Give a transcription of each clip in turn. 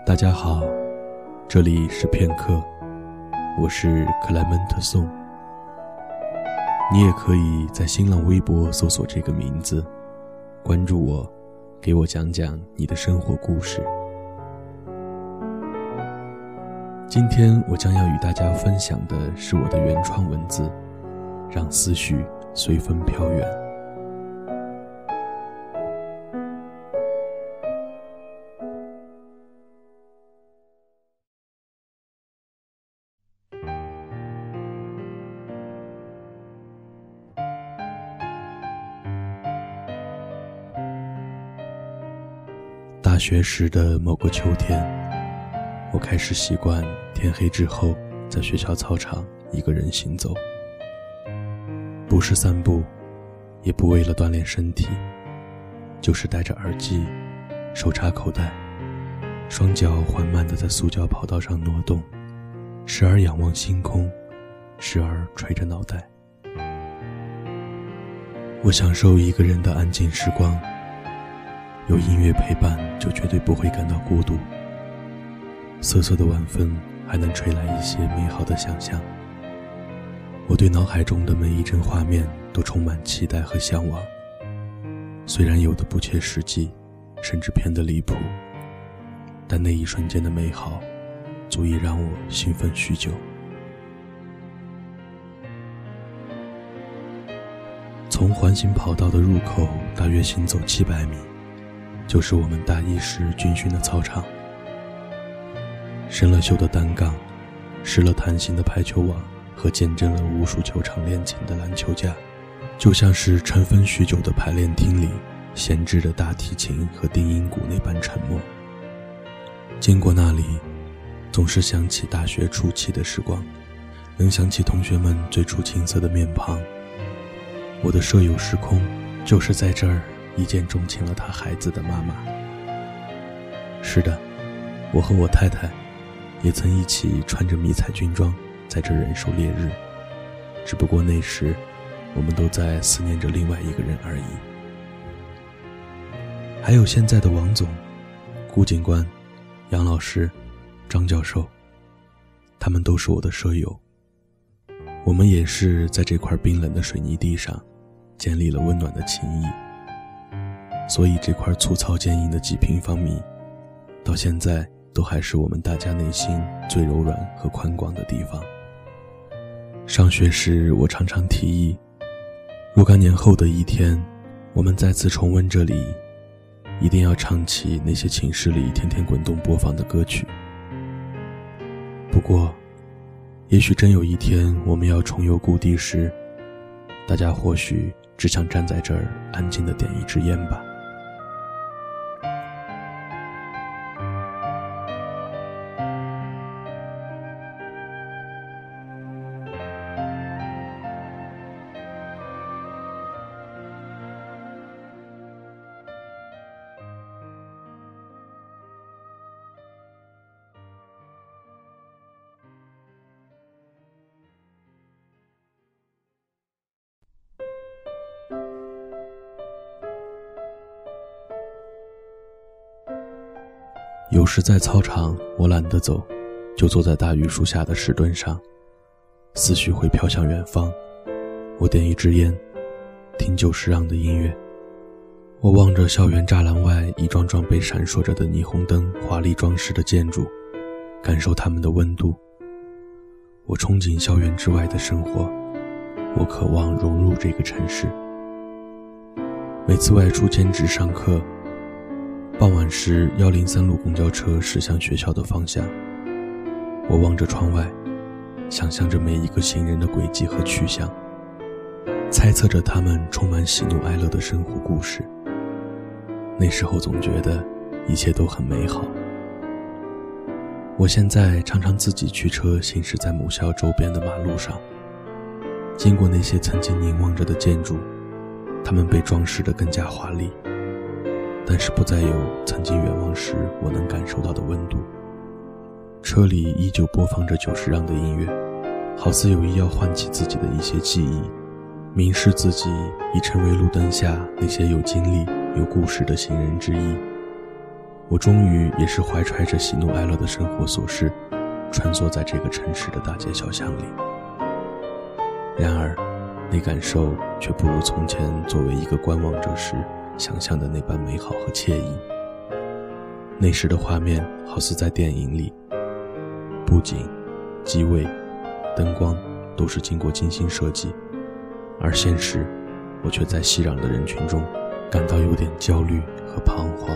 大家好，这里是片刻，我是克莱门特颂。你也可以在新浪微博搜索这个名字，关注我，给我讲讲你的生活故事。今天我将要与大家分享的是我的原创文字，让思绪随风飘远。大学时的某个秋天，我开始习惯天黑之后在学校操场一个人行走，不是散步，也不为了锻炼身体，就是戴着耳机，手插口袋，双脚缓慢地在塑胶跑道上挪动，时而仰望星空，时而垂着脑袋。我享受一个人的安静时光，有音乐陪伴就绝对不会感到孤独。瑟瑟的晚风还能吹来一些美好的想象，我对脑海中的每一帧画面都充满期待和向往，虽然有的不切实际，甚至偏得离谱，但那一瞬间的美好足以让我兴奋许久。从环形跑道的入口大约行走700米，就是我们大一时军训的操场。生了锈的单杠，失了弹性的排球网和见证了无数球场恋情的篮球架，就像是尘封许久的排练厅里闲置的大提琴和定音鼓那般沉默。经过那里，总是想起大学初期的时光，能想起同学们最初青涩的面庞。我的舍友时空就是在这儿一见钟情了他孩子的妈妈。是的，我和我太太也曾一起穿着迷彩军装在这忍受烈日，只不过那时我们都在思念着另外一个人而已。还有现在的王总、顾警官、杨老师、张教授，他们都是我的舍友。我们也是在这块冰冷的水泥地上建立了温暖的情谊，所以这块粗糙坚硬的几平方米到现在都还是我们大家内心最柔软和宽广的地方。上学时我常常提议，若干年后的一天，我们再次重温这里，一定要唱起那些寝室里天天滚动播放的歌曲。不过也许真有一天我们要重游故地时，大家或许只想站在这儿安静地点一支烟吧。有时在操场我懒得走，就坐在大榆树下的石墩上，思绪会飘向远方。我点一支烟，听久石让的音乐。我望着校园栅栏外一幢幢被闪烁着的霓虹灯华丽装饰的建筑，感受它们的温度。我憧憬校园之外的生活，我渴望融入这个城市。每次外出兼职上课，傍晚时103路公交车驶向学校的方向，我望着窗外，想象着每一个行人的轨迹和去向，猜测着他们充满喜怒哀乐的生活故事。那时候总觉得一切都很美好。我现在常常自己驱车行驶在母校周边的马路上，经过那些曾经凝望着的建筑，它们被装饰得更加华丽，但是不再有曾经远望时我能感受到的温度。车里依旧播放着久石让的音乐，好似有意要唤起自己的一些记忆，明示自己已成为路灯下那些有经历有故事的行人之一。 我终于也是怀揣着喜怒哀乐的生活琐事，穿梭在这个城市的大街小巷里。然而，那感受却不如从前作为一个观望者时想象的那般美好和惬意。那时的画面好似在电影里，布景、机位、灯光都是经过精心设计，而现实，我却在熙攘的人群中感到有点焦虑和彷徨。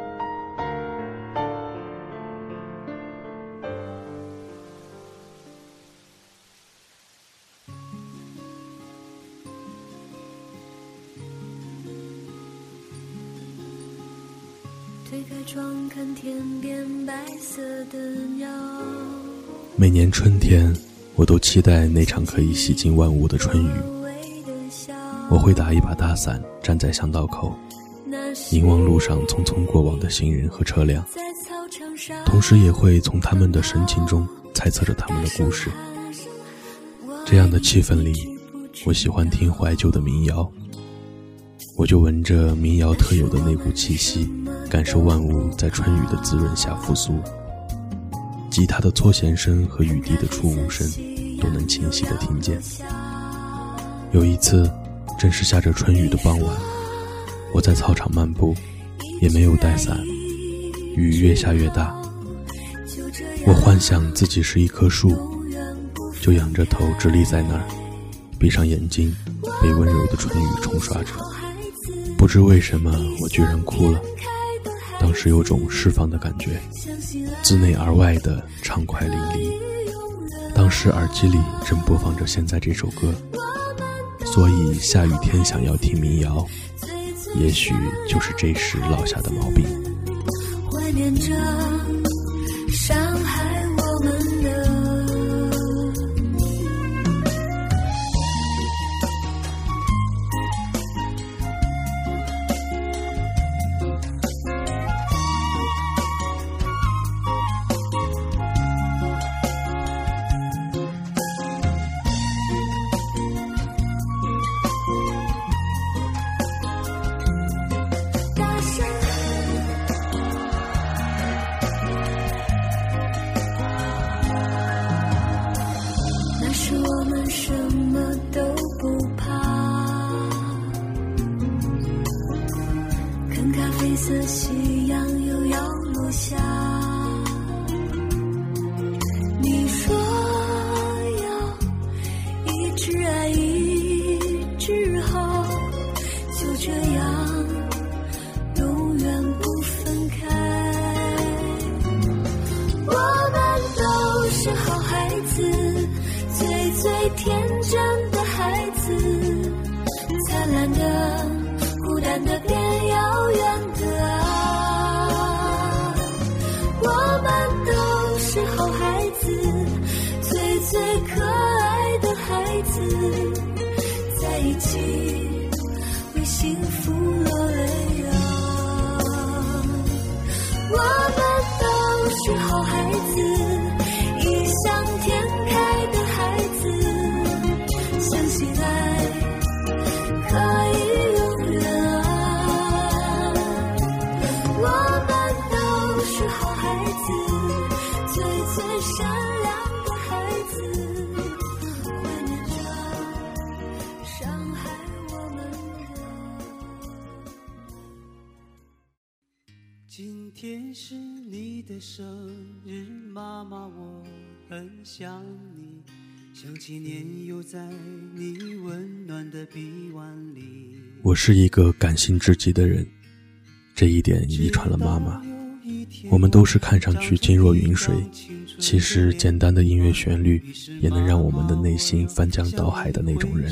推开窗看天边白色的鸟。 每年春天，我都期待那场可以洗尽万物的春雨。我会打一把大伞，站在巷道口，凝望路上匆匆过往的行人和车辆，同时也会从他们的神情中猜测着他们的故事。这样的气氛里，我喜欢听怀旧的民谣，我就闻着民谣特有的那股气息，感受万物在春雨的滋润下复苏。吉他的搓弦声和雨滴的触物声都能清晰地听见。有一次，正是下着春雨的傍晚，我在操场漫步，也没有带伞，雨越下越大。我幻想自己是一棵树，就仰着头直立在那儿，闭上眼睛，被温柔的春雨冲刷着。不知为什么，我居然哭了。当时有种释放的感觉，自内而外的畅快淋漓。当时耳机里正播放着现在这首歌，所以下雨天想要听民谣，也许就是这时落下的毛病。 怀念着伤害我们的我们什么都不怕，看咖啡色夕阳又要落下。你说要一直爱一直好，就这样永远不分开。我们都是好孩子，最天真的孩子，灿烂的孤单的变遥远的啊。我们都是好孩子，最可爱的孩子，在一起为幸福落泪啊。我们都是好孩子，异想天开的孩子，相信爱可以永远啊。我们都是好孩子，最善良的孩子，怀念着伤害我们的。 今天是你的生日，妈妈我很想你，想起年幼在你温暖的臂弯里。 我是一个感性至极的人，这一点遗传了妈妈。我们都是看上去静若云水，其实简单的音乐旋律也能让我们的内心翻江倒海的那种人。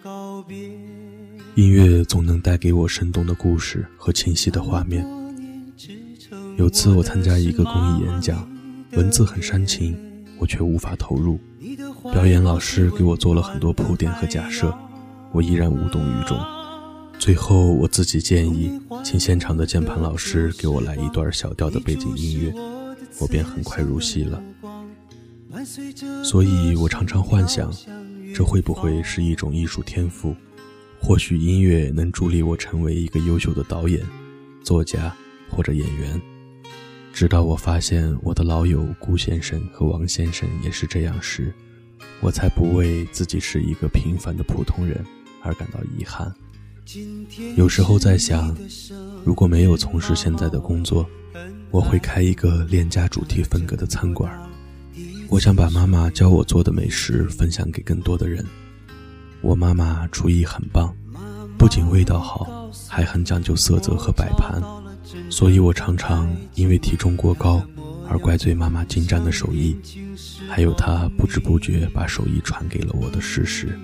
音乐总能带给我生动的故事和清晰的画面。有次我参加一个公益演讲，文字很煽情，我却无法投入。表演老师给我做了很多铺垫和假设，我依然无动于衷。最后我自己建议请现场的键盘老师给我来一段小调的背景音乐，我便很快入戏了。所以我常常幻想，这会不会是一种艺术天赋？或许音乐能助力我成为一个优秀的导演、作家或者演员。 直到我发现我的老友顾先生和王先生也是这样时，我才不为自己是一个平凡的普通人而感到遗憾。有时候在想，如果没有从事现在的工作，我会开一个恋家主题风格的餐馆。我想把妈妈教我做的美食分享给更多的人。我妈妈厨艺很棒，不仅味道好，还很讲究色泽和摆盘，所以我常常因为体重过高而怪罪妈妈精湛的手艺，还有她不知不觉把手艺传给了我的事实。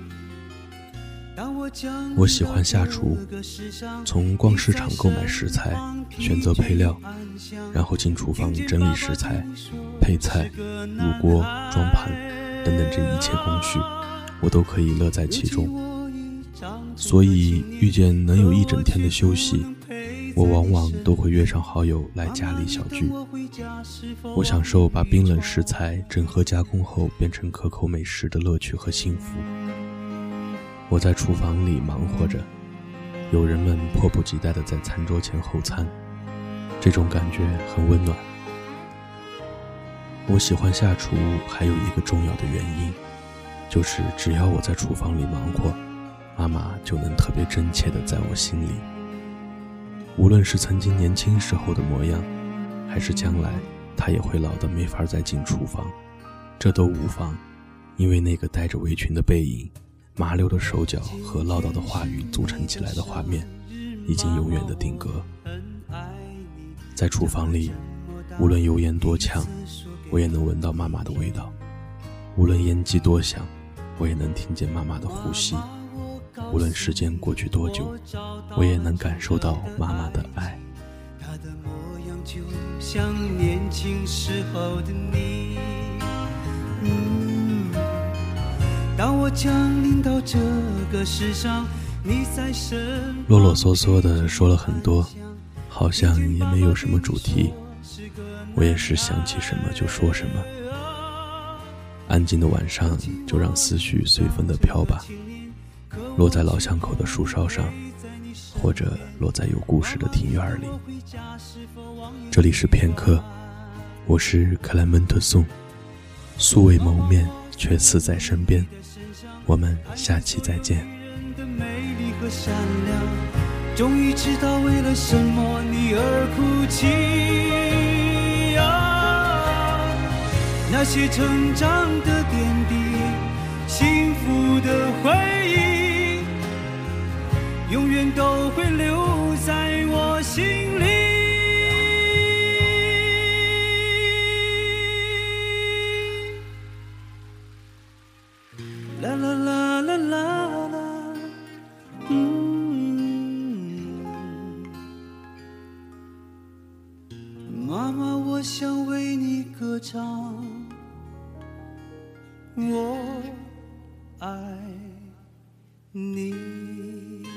我喜欢下厨，从逛市场购买食材，选择配料，然后进厨房整理食材、配菜、入锅、装盘等等这一切工序，我都可以乐在其中。所以遇见能有一整天的休息，我往往都会约上好友来家里小聚。我享受把冰冷食材整合加工后变成可口美食的乐趣和幸福。我在厨房里忙活着，友人们迫不及待地在餐桌前候餐，这种感觉很温暖。我喜欢下厨还有一个重要的原因，就是只要我在厨房里忙活，妈妈就能特别真切地在我心里。无论是曾经年轻时候的模样，还是将来她也会老得没法再进厨房，这都无妨，因为那个戴着围裙的背影，麻溜的手脚和唠叨的话语组成起来的画面，已经永远的定格。在厨房里，无论油烟多呛，我也能闻到妈妈的味道；无论烟机多响，我也能听见妈妈的呼吸；无论时间过去多久，我也能感受到妈妈的爱。 她的模样就像年轻时候的你。当我降临到这个世上，你在身啰啰嗦嗦地说了很多，好像也没有什么主题，我也是想起什么就说什么。安静的晚上，就让思绪随风地飘吧，落在老巷口的树梢上，或者落在有故事的庭院里。这里是片刻，我是克莱门特颂，素未谋面却似在身边。我们下期再见。 终于知道为了什么你而哭泣那些成长的点滴，幸福的回忆，永远都会留在我心里。啦啦啦啦啦啦，妈妈，我想为你歌唱，我爱你。